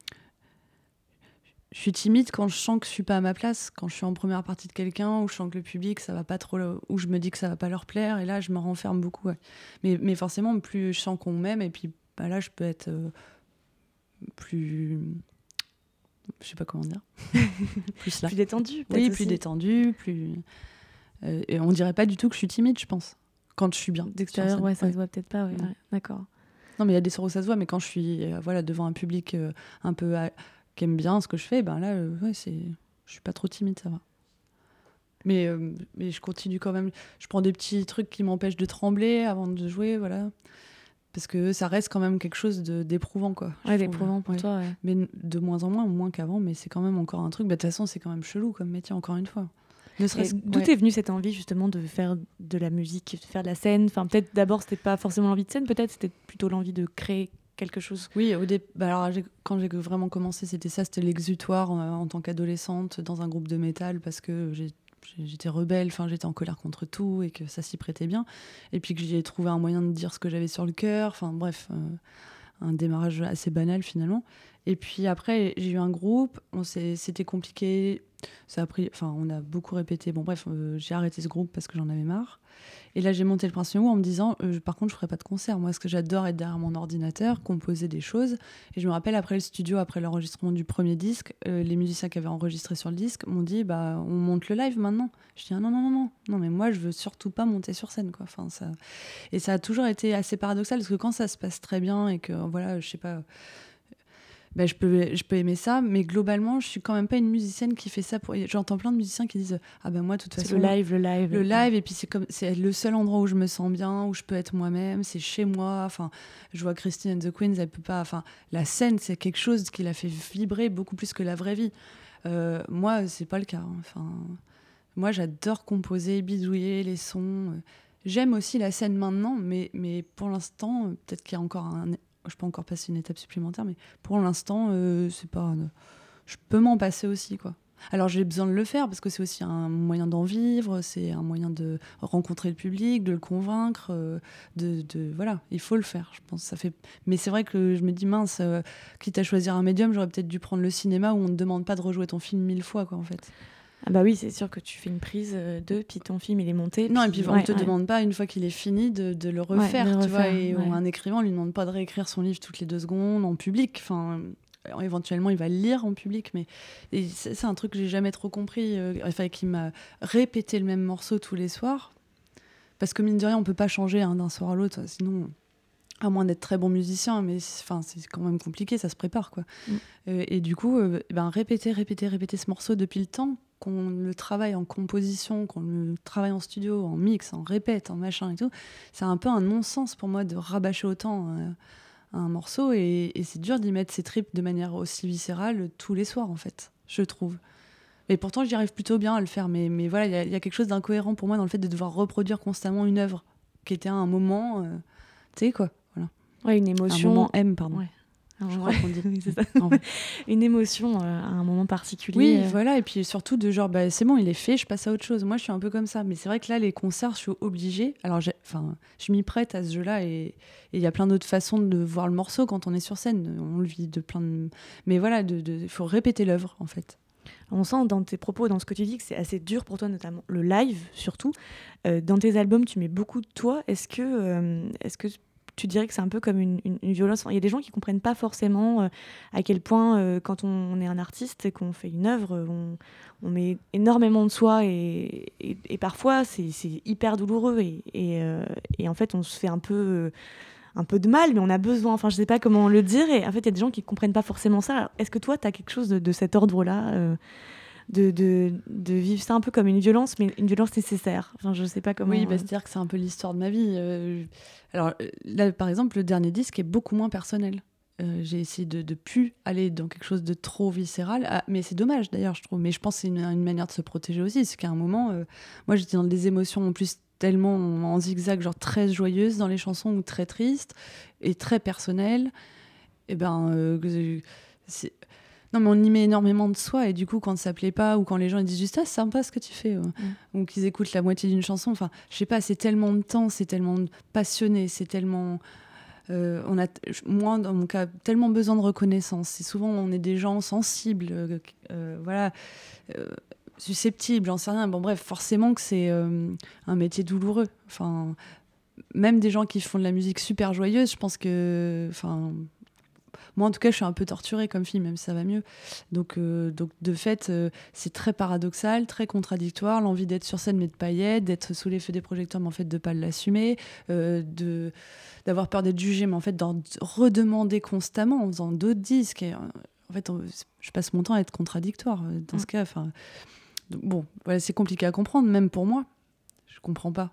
Je suis timide quand je sens que je suis pas à ma place, quand je suis en première partie de quelqu'un, où je sens que le public, ça va pas trop... où je me dis que ça va pas leur plaire, et là, je me renferme beaucoup, ouais. Mais forcément, plus je sens qu'on m'aime, et puis bah là, je peux être plus... Je sais pas comment dire. Plus là. Plus détendu, oui, aussi. plus détendu, plus... et on dirait pas du tout que je suis timide, je pense. Quand je suis bien. D'extérieur, ouais, ça se voit peut-être pas, ouais. D'accord. Non, mais il y a des soirs où ça se voit, mais quand je suis voilà, devant un public un peu qui aime bien ce que je fais, ben là, ouais, je suis pas trop timide, ça va. Mais je continue quand même. Je prends des petits trucs qui m'empêchent de trembler avant de jouer, voilà. Parce que ça reste quand même quelque chose d'éprouvant, quoi. Ouais, d'éprouvant pour toi, ouais. Mais de moins qu'avant, mais c'est quand même encore un truc. Bah, de toute façon, c'est quand même chelou comme métier, encore une fois. D'où est venue cette envie, justement, de faire de la musique, de faire de la scène? Enfin, peut-être d'abord, c'était pas forcément l'envie de scène, peut-être c'était plutôt l'envie de créer quelque chose. Oui, alors, quand j'ai vraiment commencé, c'était ça, c'était l'exutoire en tant qu'adolescente dans un groupe de métal, parce que j'étais rebelle, enfin j'étais en colère contre tout et que ça s'y prêtait bien, et puis que j'ai trouvé un moyen de dire ce que j'avais sur le cœur, enfin bref, un démarrage assez banal finalement. Et puis après j'ai eu un groupe, c'était compliqué, ça a pris, enfin on a beaucoup répété, bon bref, j'ai arrêté ce groupe parce que j'en avais marre. Et là, j'ai monté le Prince Numéro en me disant, par contre, je ferai pas de concert. Moi, ce que j'adore, être derrière mon ordinateur, composer des choses. Et je me rappelle, après le studio, après l'enregistrement du premier disque, les musiciens qui avaient enregistré sur le disque m'ont dit, bah, on monte le live maintenant. Je dis, ah, non, mais moi, je veux surtout pas monter sur scène, quoi. Enfin, ça... Et ça a toujours été assez paradoxal, parce que quand ça se passe très bien et que, voilà, je sais pas... Ben, je peux aimer ça, mais globalement, je suis quand même pas une musicienne qui fait ça pour... J'entends plein de musiciens qui disent « Ah ben moi, de toute façon... » Le live. Le live, et puis c'est le seul endroit où je me sens bien, où je peux être moi-même, c'est chez moi. Enfin, je vois Christine and the Queens, elle peut pas... Enfin, la scène, c'est quelque chose qui la fait vibrer beaucoup plus que la vraie vie. Moi, c'est pas le cas. Hein. Enfin, moi, j'adore composer, bidouiller les sons. J'aime aussi la scène maintenant, mais pour l'instant, peut-être qu'il y a encore je peux encore passer une étape supplémentaire, mais pour l'instant, c'est pas... je peux m'en passer aussi, quoi. Alors j'ai besoin de le faire parce que c'est aussi un moyen d'en vivre, c'est un moyen de rencontrer le public, de le convaincre, voilà, il faut le faire, je pense. Ça fait... Mais c'est vrai que je me dis, mince, quitte à choisir un médium, j'aurais peut-être dû prendre le cinéma où on ne demande pas de rejouer ton film 1000 fois, quoi, en fait. Ah bah oui, c'est sûr que tu fais une prise puis ton film il est monté. Non, et puis on te demande pas, une fois qu'il est fini, de le refaire, tu vois. Et un écrivain, on lui demande pas de réécrire son livre toutes les 2 secondes en public. Enfin, éventuellement, il va le lire en public, mais c'est un truc que j'ai jamais trop compris. Qui m'a répété le même morceau tous les soirs. Parce que mine de rien, on peut pas changer d'un soir à l'autre, sinon... À moins d'être très bon musicien, mais c'est quand même compliqué, ça se prépare, quoi. Et du coup, répéter ce morceau depuis le temps qu'on le travaille en composition, qu'on le travaille en studio, en mix, en répète, en machin et tout, c'est un peu un non-sens pour moi de rabâcher autant un morceau, et c'est dur d'y mettre ses tripes de manière aussi viscérale tous les soirs, en fait, je trouve. Et pourtant, j'y arrive plutôt bien à le faire, mais voilà, il y a quelque chose d'incohérent pour moi dans le fait de devoir reproduire constamment une œuvre qui était à un moment, tu sais, quoi. Ouais, une émotion. Un moment M, pardon. Ouais. je crois qu'on dit. Oui, c'est ça. En vrai. Une émotion à un moment particulier. Oui, voilà, et puis surtout de genre, bah, c'est bon, il est fait, je passe à autre chose. Moi, je suis un peu comme ça, mais c'est vrai que là, les concerts, je suis obligée. Alors, je m'y prête à ce jeu-là, et il y a plein d'autres façons de voir le morceau quand on est sur scène. On le vit de plein de... Mais voilà, il faut répéter l'œuvre, en fait. On sent dans tes propos, dans ce que tu dis, que c'est assez dur pour toi, notamment le live, surtout. Dans tes albums, tu mets beaucoup de toi. Est-ce que tu dirais que c'est un peu comme une violence? Il y a des gens qui ne comprennent pas forcément à quel point, quand on est un artiste et qu'on fait une œuvre, on met énormément de soi et parfois, c'est hyper douloureux. Et en fait, on se fait un peu de mal, mais on a besoin, enfin je sais pas comment le dire, et en fait il y a des gens qui comprennent pas forcément ça. Alors, est-ce que toi tu as quelque chose de cet ordre-là, de vivre ça un peu comme une violence, mais une violence nécessaire? Enfin je sais pas comment... Oui, c'est-à-dire que c'est un peu l'histoire de ma vie. Alors là, par exemple, le dernier disque est beaucoup moins personnel. J'ai essayé de plus aller dans quelque chose de trop viscéral, mais c'est dommage d'ailleurs, je trouve. Mais je pense que c'est une manière de se protéger aussi, c'est qu'à un moment, moi j'étais dans des émotions en plus tellement en zigzag, genre très joyeuse dans les chansons ou très triste et très personnelle. Et ben, non, mais on y met énormément de soi, et du coup, quand ça plaît pas, ou quand les gens ils disent juste c'est sympa ce que tu fais, ou qu'ils écoutent la moitié d'une chanson, enfin, je sais pas, c'est tellement de temps, c'est tellement passionné, c'est tellement. Moi, dans mon cas, tellement besoin de reconnaissance. Et souvent, on est des gens sensibles, voilà. Susceptible, j'en sais rien. Bon, bref, forcément que c'est un métier douloureux. Enfin, même des gens qui font de la musique super joyeuse, je pense que... Enfin, moi, en tout cas, je suis un peu torturée comme fille, même si ça va mieux. Donc de fait, c'est très paradoxal, très contradictoire. L'envie d'être sur scène, mais de pas y être, d'être sous les feux des projecteurs, mais en fait, de pas l'assumer, d'avoir peur d'être jugée, mais en fait, d'en redemander constamment en faisant d'autres disques. Et, en fait, je passe mon temps à être contradictoire dans ce cas. Enfin... Bon, voilà, c'est compliqué à comprendre, même pour moi. Je comprends pas.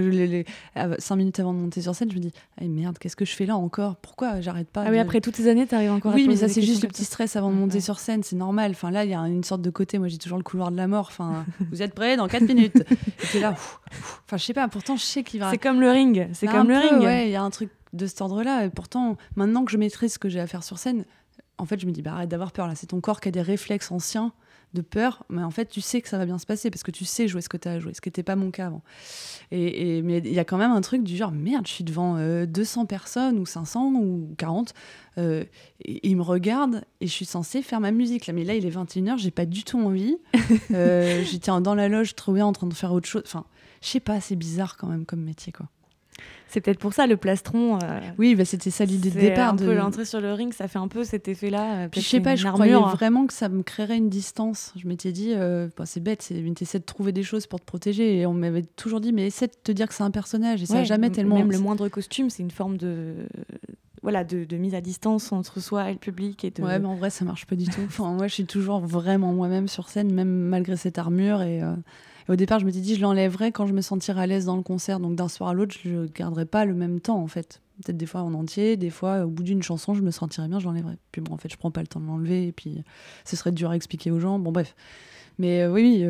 5 minutes avant de monter sur scène, je me dis merde, qu'est-ce que je fais là encore? Pourquoi j'arrête pas? Ah oui, après toutes ces années, t'arrives encore à te Oui, mais poser ça, des c'est juste questions le petit stress avant de monter sur scène, c'est normal. Enfin, là, il y a une sorte de côté. Moi, j'ai toujours le couloir de la mort. Enfin, vous êtes prêts dans 4 minutes? Et t'es là. Enfin, je sais pas, pourtant, je sais qu'il va. C'est comme le ring. C'est comme le ring. Ouais, il y a un truc de cet ordre-là. Et pourtant, maintenant que je maîtrise ce que j'ai à faire sur scène, en fait, je me dis arrête d'avoir peur là. C'est ton corps qui a des réflexes anciens de peur, mais en fait tu sais que ça va bien se passer parce que tu sais jouer ce que tu as à jouer, ce qui n'était pas mon cas avant. Mais il y a quand même un truc du genre merde, je suis devant 200 personnes ou 500 ou 40 et ils me regardent et je suis censée faire ma musique là, mais là il est 21h, j'ai pas du tout envie. J'étais dans la loge trop bien en train de faire autre chose, enfin je sais pas, c'est bizarre quand même comme métier quoi. C'est peut-être pour ça le plastron. Oui, bah c'était ça l'idée de départ. Un peu l'entrée sur le ring, ça fait un peu cet effet-là. Puis je sais pas, je croyais vraiment que ça me créerait une distance. Je m'étais dit, c'est bête, t'essaies de trouver des choses pour te protéger. Et on m'avait toujours dit, mais essaie de te dire que c'est un personnage. Et ça n'a jamais tellement. Même le moindre costume, c'est une forme de mise à distance entre soi et le public. Ouais, mais en vrai, ça marche pas du tout. Enfin, moi, je suis toujours vraiment moi-même sur scène, même malgré cette armure. Et au départ, je m'étais dit, je l'enlèverais quand je me sentirais à l'aise dans le concert. Donc d'un soir à l'autre, je garderais pas le même temps, en fait. Peut-être des fois en entier, des fois au bout d'une chanson, je me sentirais bien, je l'enlèverais. Puis bon, en fait, je prends pas le temps de l'enlever. Et puis, ce serait dur à expliquer aux gens. Bon, bref. Mais oui,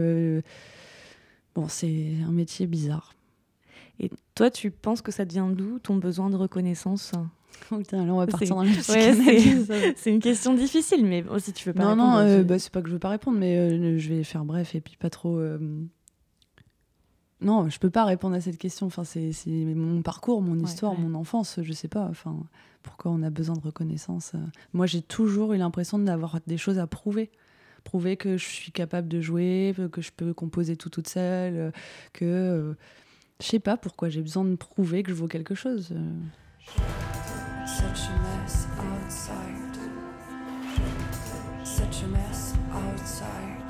bon, c'est un métier bizarre. Et toi, tu penses que ça devient d'où ton besoin de reconnaissance? Oh, putain, là on va partir dans la psychanalyse. C'est une question difficile, mais si tu veux pas répondre. Non, c'est pas que je veux pas répondre, mais je vais faire bref et puis pas trop. Non, je peux pas répondre à cette question. Enfin, c'est mon parcours, mon histoire, mon enfance. Je sais pas. Enfin, pourquoi on a besoin de reconnaissance? Moi, j'ai toujours eu l'impression d'avoir des choses à prouver. Prouver que je suis capable de jouer, que je peux composer tout toute seule, que je sais pas pourquoi j'ai besoin de prouver que je vaux quelque chose. Such a mess outside. Such a mess outside.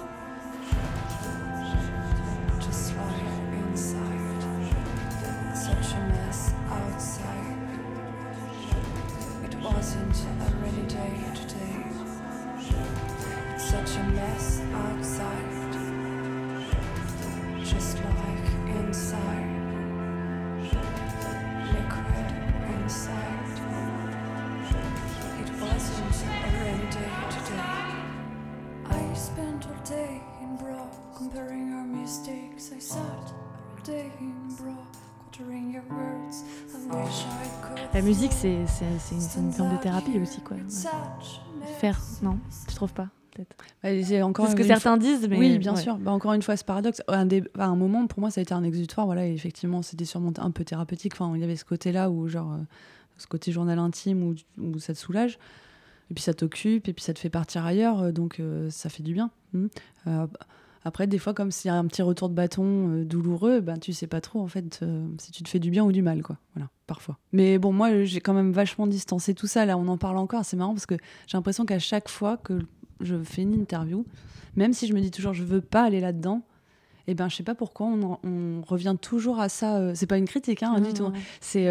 Just like inside. Such a mess outside. It wasn't a rainy day today. Such a mess outside. Just like inside. Liquid inside. It wasn't a rainy day today. I spent all day in bra, comparing our mistakes. I sat all day in bra, La musique, c'est une forme de thérapie aussi, quoi. Ouais. Faire, non, tu trouves pas, peut-être? C'est encore ce que certains disent, mais... Oui, bien sûr. Encore une fois, ce paradoxe. À un moment, pour moi, ça a été un exutoire. Voilà, et effectivement, c'était sûrement un peu thérapeutique. Enfin, il y avait ce côté-là où, ce côté journal intime où ça te soulage. Et puis ça t'occupe, et puis ça te fait partir ailleurs. Donc, ça fait du bien. Après, des fois, comme s'il y a un petit retour de bâton douloureux, ben, tu sais pas trop, en fait, si tu te fais du bien ou du mal, quoi. Voilà, parfois. Mais bon, moi, j'ai quand même vachement distancé tout ça. Là, on en parle encore. C'est marrant parce que j'ai l'impression qu'à chaque fois que je fais une interview, même si je me dis toujours je veux pas aller là-dedans, et ben je sais pas pourquoi on revient toujours à ça. C'est pas une critique, hein, du tout. C'est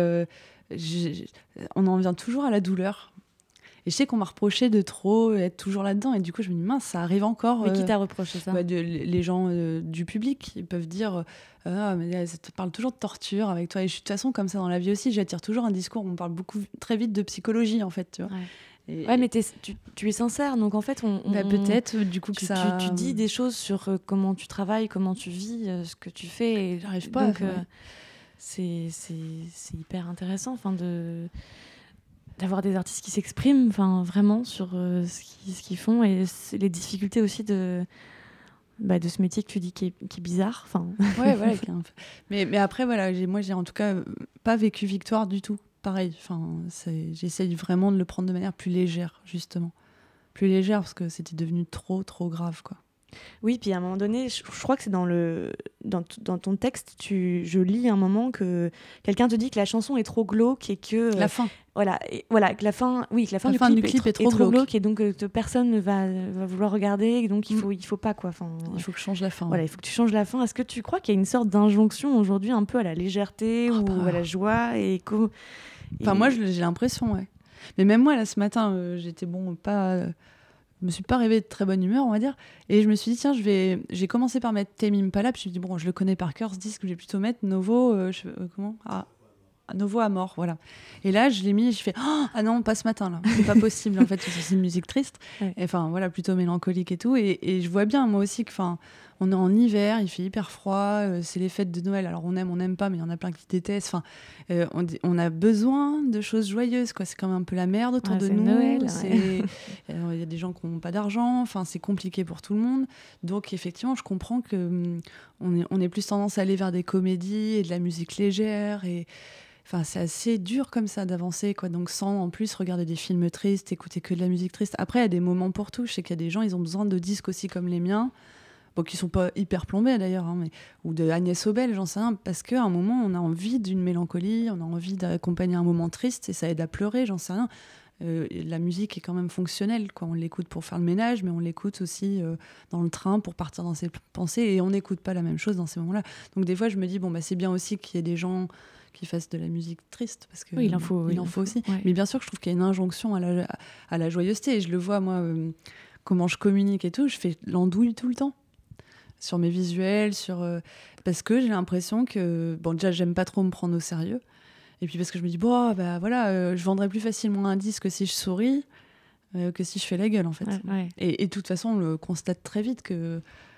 on en revient toujours à la douleur. Et je sais qu'on m'a reproché de trop être toujours là-dedans. Et du coup, je me dis, mince, ça arrive encore. Mais qui t'a reproché ça? Les gens du public. Ils peuvent dire, mais ça te parle toujours de torture avec toi. Et je suis de toute façon comme ça dans la vie aussi. J'attire toujours un discours. On parle très vite de psychologie, en fait. Tu vois. Ouais, mais tu es sincère. Donc, en fait, peut-être, du coup, que ça... Tu dis des choses sur comment tu travailles, comment tu vis, ce que tu fais. Et j'arrive pas. Donc, c'est hyper intéressant, d'avoir des artistes qui s'expriment vraiment sur ce qu'ils font et les difficultés aussi de ce métier que tu dis qui est bizarre. Ouais, voilà. Mais après, voilà, moi, j'ai en tout cas pas vécu Victoire du tout. Pareil, j'essaye vraiment de le prendre de manière plus légère, justement. Plus légère parce que c'était devenu trop, trop grave, quoi. Oui, puis à un moment donné, je crois que c'est dans ton texte, je lis un moment que quelqu'un te dit que la chanson est trop glauque et que... La fin. Voilà, que la fin du clip est trop glauque et donc que personne ne va vouloir regarder et donc il faut pas, quoi. Il faut que je change la fin. Voilà, il faut que tu changes la fin. Est-ce que tu crois qu'il y a une sorte d'injonction aujourd'hui un peu à la légèreté ou à la joie moi, j'ai l'impression, ouais. Mais même moi, là, ce matin, j'étais je me suis pas réveillée de très bonne humeur, on va dire. Et je me suis dit, tiens, j'ai commencé par mettre Tame Impala, puis je me suis dit, bon, je le connais par cœur, ce disque, je vais plutôt mettre Novo, Novo à mort, voilà. Et là, je l'ai mis et je fais, ah non, pas ce matin, là. C'est pas possible, en fait, c'est une musique triste. Ouais. Et voilà, plutôt mélancolique et tout. Et je vois bien, moi aussi, on est en hiver, il fait hyper froid, c'est les fêtes de Noël. Alors on n'aime pas, mais il y en a plein qui détestent. On a besoin de choses joyeuses, quoi. C'est quand même un peu la merde autour de nous. Noël, il y a des gens qui n'ont pas d'argent. C'est compliqué pour tout le monde. Donc effectivement, je comprends que on est plus tendance à aller vers des comédies et de la musique légère. Et c'est assez dur comme ça d'avancer, quoi. Donc sans en plus regarder des films tristes, écouter que de la musique triste. Après, il y a des moments pour tout. Je sais qu'il y a des gens, ils ont besoin de disques aussi comme les miens. Bon, qui sont pas hyper plombés d'ailleurs, hein, ou de Agnès Obel, j'en sais rien, parce qu'à un moment, on a envie d'une mélancolie, on a envie d'accompagner un moment triste, et ça aide à pleurer, j'en sais rien. La musique est quand même fonctionnelle, quoi. On l'écoute pour faire le ménage, mais on l'écoute aussi dans le train pour partir dans ses pensées, et on n'écoute pas la même chose dans ces moments-là. Donc des fois, je me dis, c'est bien aussi qu'il y ait des gens qui fassent de la musique triste, parce que oui, il en faut aussi. Ouais. Mais bien sûr que je trouve qu'il y a une injonction à la joyeuseté, et je le vois, moi, comment je communique et tout, je fais l'andouille tout le temps. Sur mes visuels, parce que j'ai l'impression que... Bon, déjà, j'aime pas trop me prendre au sérieux. Et puis parce que je me dis, je vendrais plus facilement un disque si je souris que si je fais la gueule, en fait. Ouais. Et de toute façon, on le constate très vite que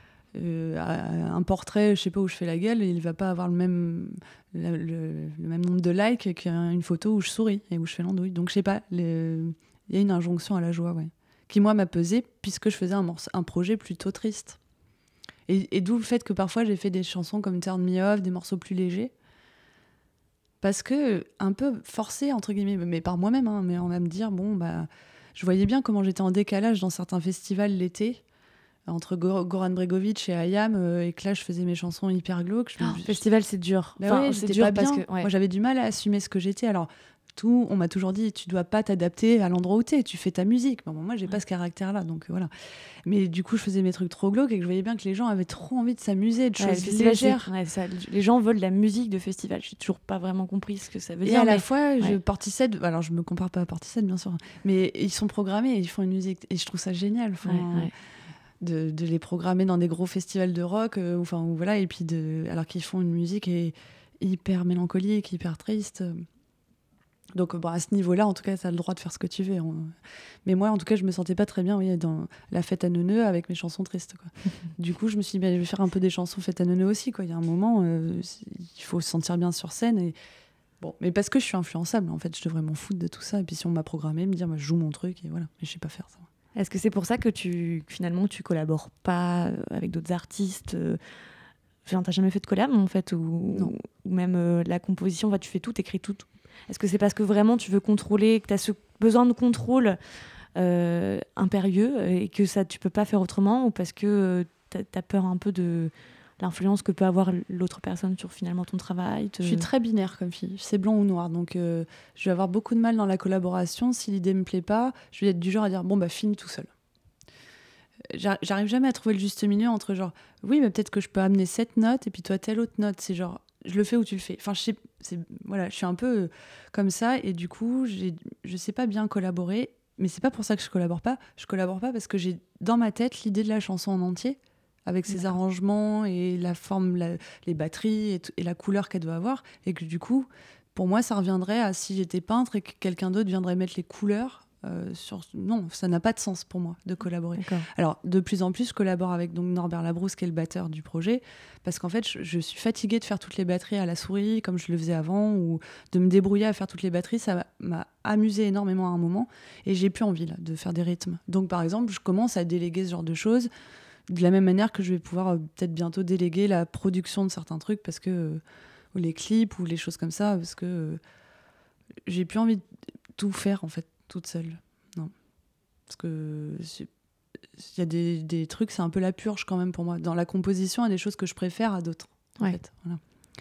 un portrait, je sais pas, où je fais la gueule, il va pas avoir le même nombre de likes qu'une photo où je souris et où je fais l'andouille. Donc, je sais pas, il y a une injonction à la joie, ouais, qui, moi, m'a pesé puisque je faisais un projet plutôt triste. Et d'où le fait que parfois j'ai fait des chansons comme Turn Me Off, des morceaux plus légers, parce que un peu forcé entre guillemets, mais par moi-même, hein, mais on va me dire je voyais bien comment j'étais en décalage dans certains festivals l'été entre Goran Bregovic et Ayam, et que là je faisais mes chansons hyper glauques. Festival, c'est dur. C'est dur parce que moi j'avais du mal à assumer ce que j'étais. Alors on m'a toujours dit, tu dois pas t'adapter à l'endroit où t'es, tu fais ta musique. Moi j'ai pas ce caractère-là, donc voilà. Mais du coup je faisais mes trucs trop glauques et que je voyais bien que les gens avaient trop envie de s'amuser, de choses légères. Les gens veulent de la musique de festival. J'ai toujours pas vraiment compris ce que ça veut dire. Et à la fois, Portishead, alors je me compare pas à Portishead bien sûr, mais ils sont programmés et ils font une musique et je trouve ça génial. De les programmer dans des gros festivals de rock, voilà, et puis alors qu'ils font une musique hyper mélancolique, hyper triste. Donc à ce niveau-là, en tout cas, tu as le droit de faire ce que tu veux. Mais moi, en tout cas, je me sentais pas très bien dans la fête à neuneux avec mes chansons tristes, quoi. Du coup, je me suis dit, je vais faire un peu des chansons fête à neuneux aussi, quoi. Il y a un moment, il faut se sentir bien sur scène. Et... Bon, mais parce que je suis influençable, en fait, je devrais m'en foutre de tout ça. Et puis si on m'a programmé, me dire, je joue mon truc, et voilà. Mais je sais pas faire ça. Est-ce que c'est pour ça que finalement, tu collabores pas avec d'autres artistes t'as jamais fait de collab, en fait, ou même la composition, tu fais tout, t'écris tout. Est-ce que c'est parce que vraiment tu veux contrôler, que tu as ce besoin de contrôle impérieux et que ça tu peux pas faire autrement, ou parce que tu as peur un peu de l'influence que peut avoir l'autre personne sur finalement ton travail? Je suis très binaire comme fille, c'est blanc ou noir, donc je vais avoir beaucoup de mal dans la collaboration. Si l'idée me plaît pas, je vais être du genre à dire finis tout seul. J'arrive jamais à trouver le juste milieu entre genre oui mais peut-être que je peux amener cette note et puis toi telle autre note, c'est genre je le fais ou tu le fais. Enfin je suis un peu comme ça, et du coup je sais pas bien collaborer, mais c'est pas pour ça que je collabore pas parce que j'ai dans ma tête l'idée de la chanson en entier avec ses arrangements et la forme, les batteries et la couleur qu'elle doit avoir, et que du coup pour moi ça reviendrait à si j'étais peintre et que quelqu'un d'autre viendrait mettre les couleurs. Non, ça n'a pas de sens pour moi de collaborer. D'accord. Alors, de plus en plus, je collabore avec Norbert Labrousse, qui est le batteur du projet, parce qu'en fait, je suis fatiguée de faire toutes les batteries à la souris, comme je le faisais avant, ou de me débrouiller à faire toutes les batteries. Ça m'a amusé énormément à un moment, et j'ai plus envie là, de faire des rythmes. Donc, par exemple, je commence à déléguer ce genre de choses, de la même manière que je vais pouvoir peut-être bientôt déléguer la production de certains trucs, parce que ou les clips, ou les choses comme ça, parce que j'ai plus envie de tout faire, en fait, toute seule. Non. Parce que il y a des trucs, c'est un peu la purge quand même pour moi. Dans la composition, il y a des choses que je préfère à d'autres. En fait. Voilà.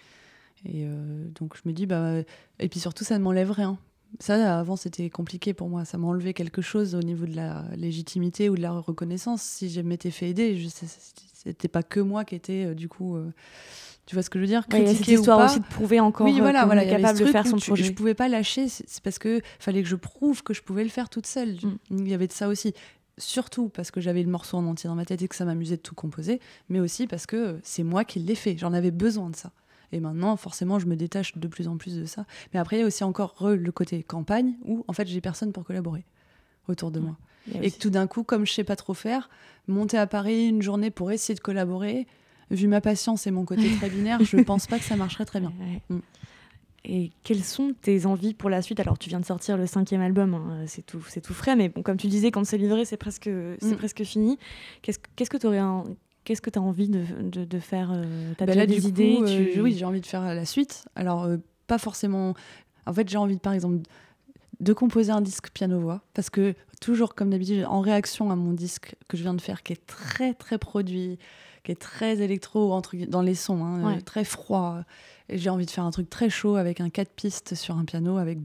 Et donc je me dis, et puis surtout, ça ne m'enlève rien. Ça, avant, c'était compliqué pour moi. Ça m'enlevait quelque chose au niveau de la légitimité ou de la reconnaissance. Si je m'étais fait aider, c'était pas que moi qui étais, du coup... tu vois ce que je veux dire, critiquer cette histoire ou pas. Aussi de prouver encore qu'on est capable de faire son projet. Je pouvais pas lâcher, c'est parce que fallait que je prouve que je pouvais le faire toute seule. Il y avait de ça aussi, surtout parce que j'avais le morceau en entier dans ma tête et que ça m'amusait de tout composer, mais aussi parce que c'est moi qui l'ai fait, j'en avais besoin de ça. Et maintenant, forcément, je me détache de plus en plus de ça. Mais après, il y a aussi encore le côté campagne où en fait, j'ai personne pour collaborer autour de moi. Et que tout d'un coup, comme je sais pas trop faire, monter à Paris une journée pour essayer de collaborer, vu ma patience et mon côté très binaire, je pense pas que ça marcherait très bien. Et quelles sont tes envies pour la suite? Alors, tu viens de sortir le 5e album, hein, c'est tout frais, mais bon, comme tu disais, quand c'est livré, c'est presque fini. Qu'est-ce que tu as envie de faire? T'as déjà des idées? Oui, j'ai envie de faire la suite. Alors, pas forcément... En fait, j'ai envie, par exemple, de composer un disque piano-voix, parce que, toujours comme d'habitude, en réaction à mon disque que je viens de faire, qui est très, très produit, qui est très électro dans les sons, très froid. Et j'ai envie de faire un truc très chaud avec un 4 pistes sur un piano, avec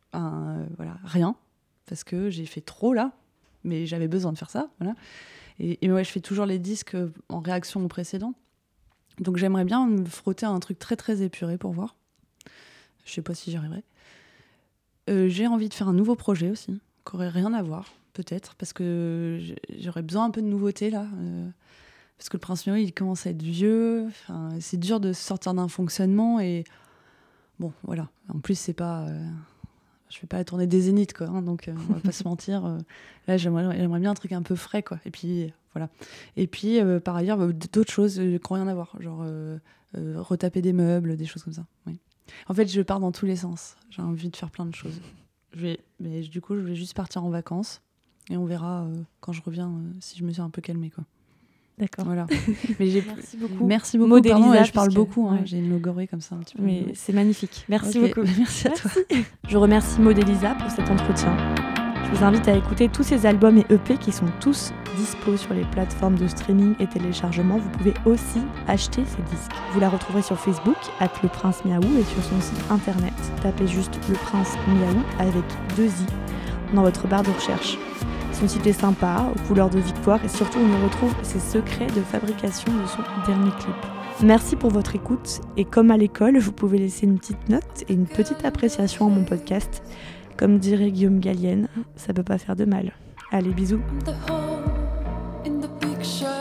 rien, parce que j'ai fait trop là, mais j'avais besoin de faire ça. Voilà. Et je fais toujours les disques en réaction au précédent. Donc j'aimerais bien me frotter à un truc très très épuré pour voir. Je sais pas si j'y arriverai. J'ai envie de faire un nouveau projet aussi, qui n'aurait rien à voir, peut-être, parce que j'aurais besoin un peu de nouveauté là. Parce que le Prince Mio, il commence à être vieux. Enfin, c'est dur de sortir d'un fonctionnement. Et bon, voilà. En plus, c'est pas... je fais pas la tournée des Zéniths, quoi. Hein, donc, on va pas se mentir. Là, j'aimerais bien un truc un peu frais, quoi. Et puis, voilà. Et puis, par ailleurs, d'autres choses qui n'ont rien à voir. Genre, retaper des meubles, des choses comme ça. Oui. En fait, je pars dans tous les sens. J'ai envie de faire plein de choses. Mais du coup, je vais juste partir en vacances. Et on verra quand je reviens si je me suis un peu calmée, quoi. D'accord. Voilà. Mais merci beaucoup. Merci beaucoup. Maud Elisa, pardon, je parle beaucoup. J'ai une logorée comme ça un petit peu. Mais c'est magnifique. Merci beaucoup. Merci à toi. Je remercie Maud Elisa pour cet entretien. Je vous invite à écouter tous ces albums et EP qui sont tous dispo sur les plateformes de streaming et téléchargement. Vous pouvez aussi acheter ces disques. Vous la retrouverez sur Facebook, @leprince-miaou, et sur son site internet. Tapez juste Le Prince Miaou avec 2 i dans votre barre de recherche. Son site est sympa, aux couleurs de Victoire, et surtout on y retrouve ses secrets de fabrication de son dernier clip. Merci pour votre écoute, et comme à l'école, vous pouvez laisser une petite note et une petite appréciation à mon podcast. Comme dirait Guillaume Gallienne, ça peut pas faire de mal. Allez, bisous.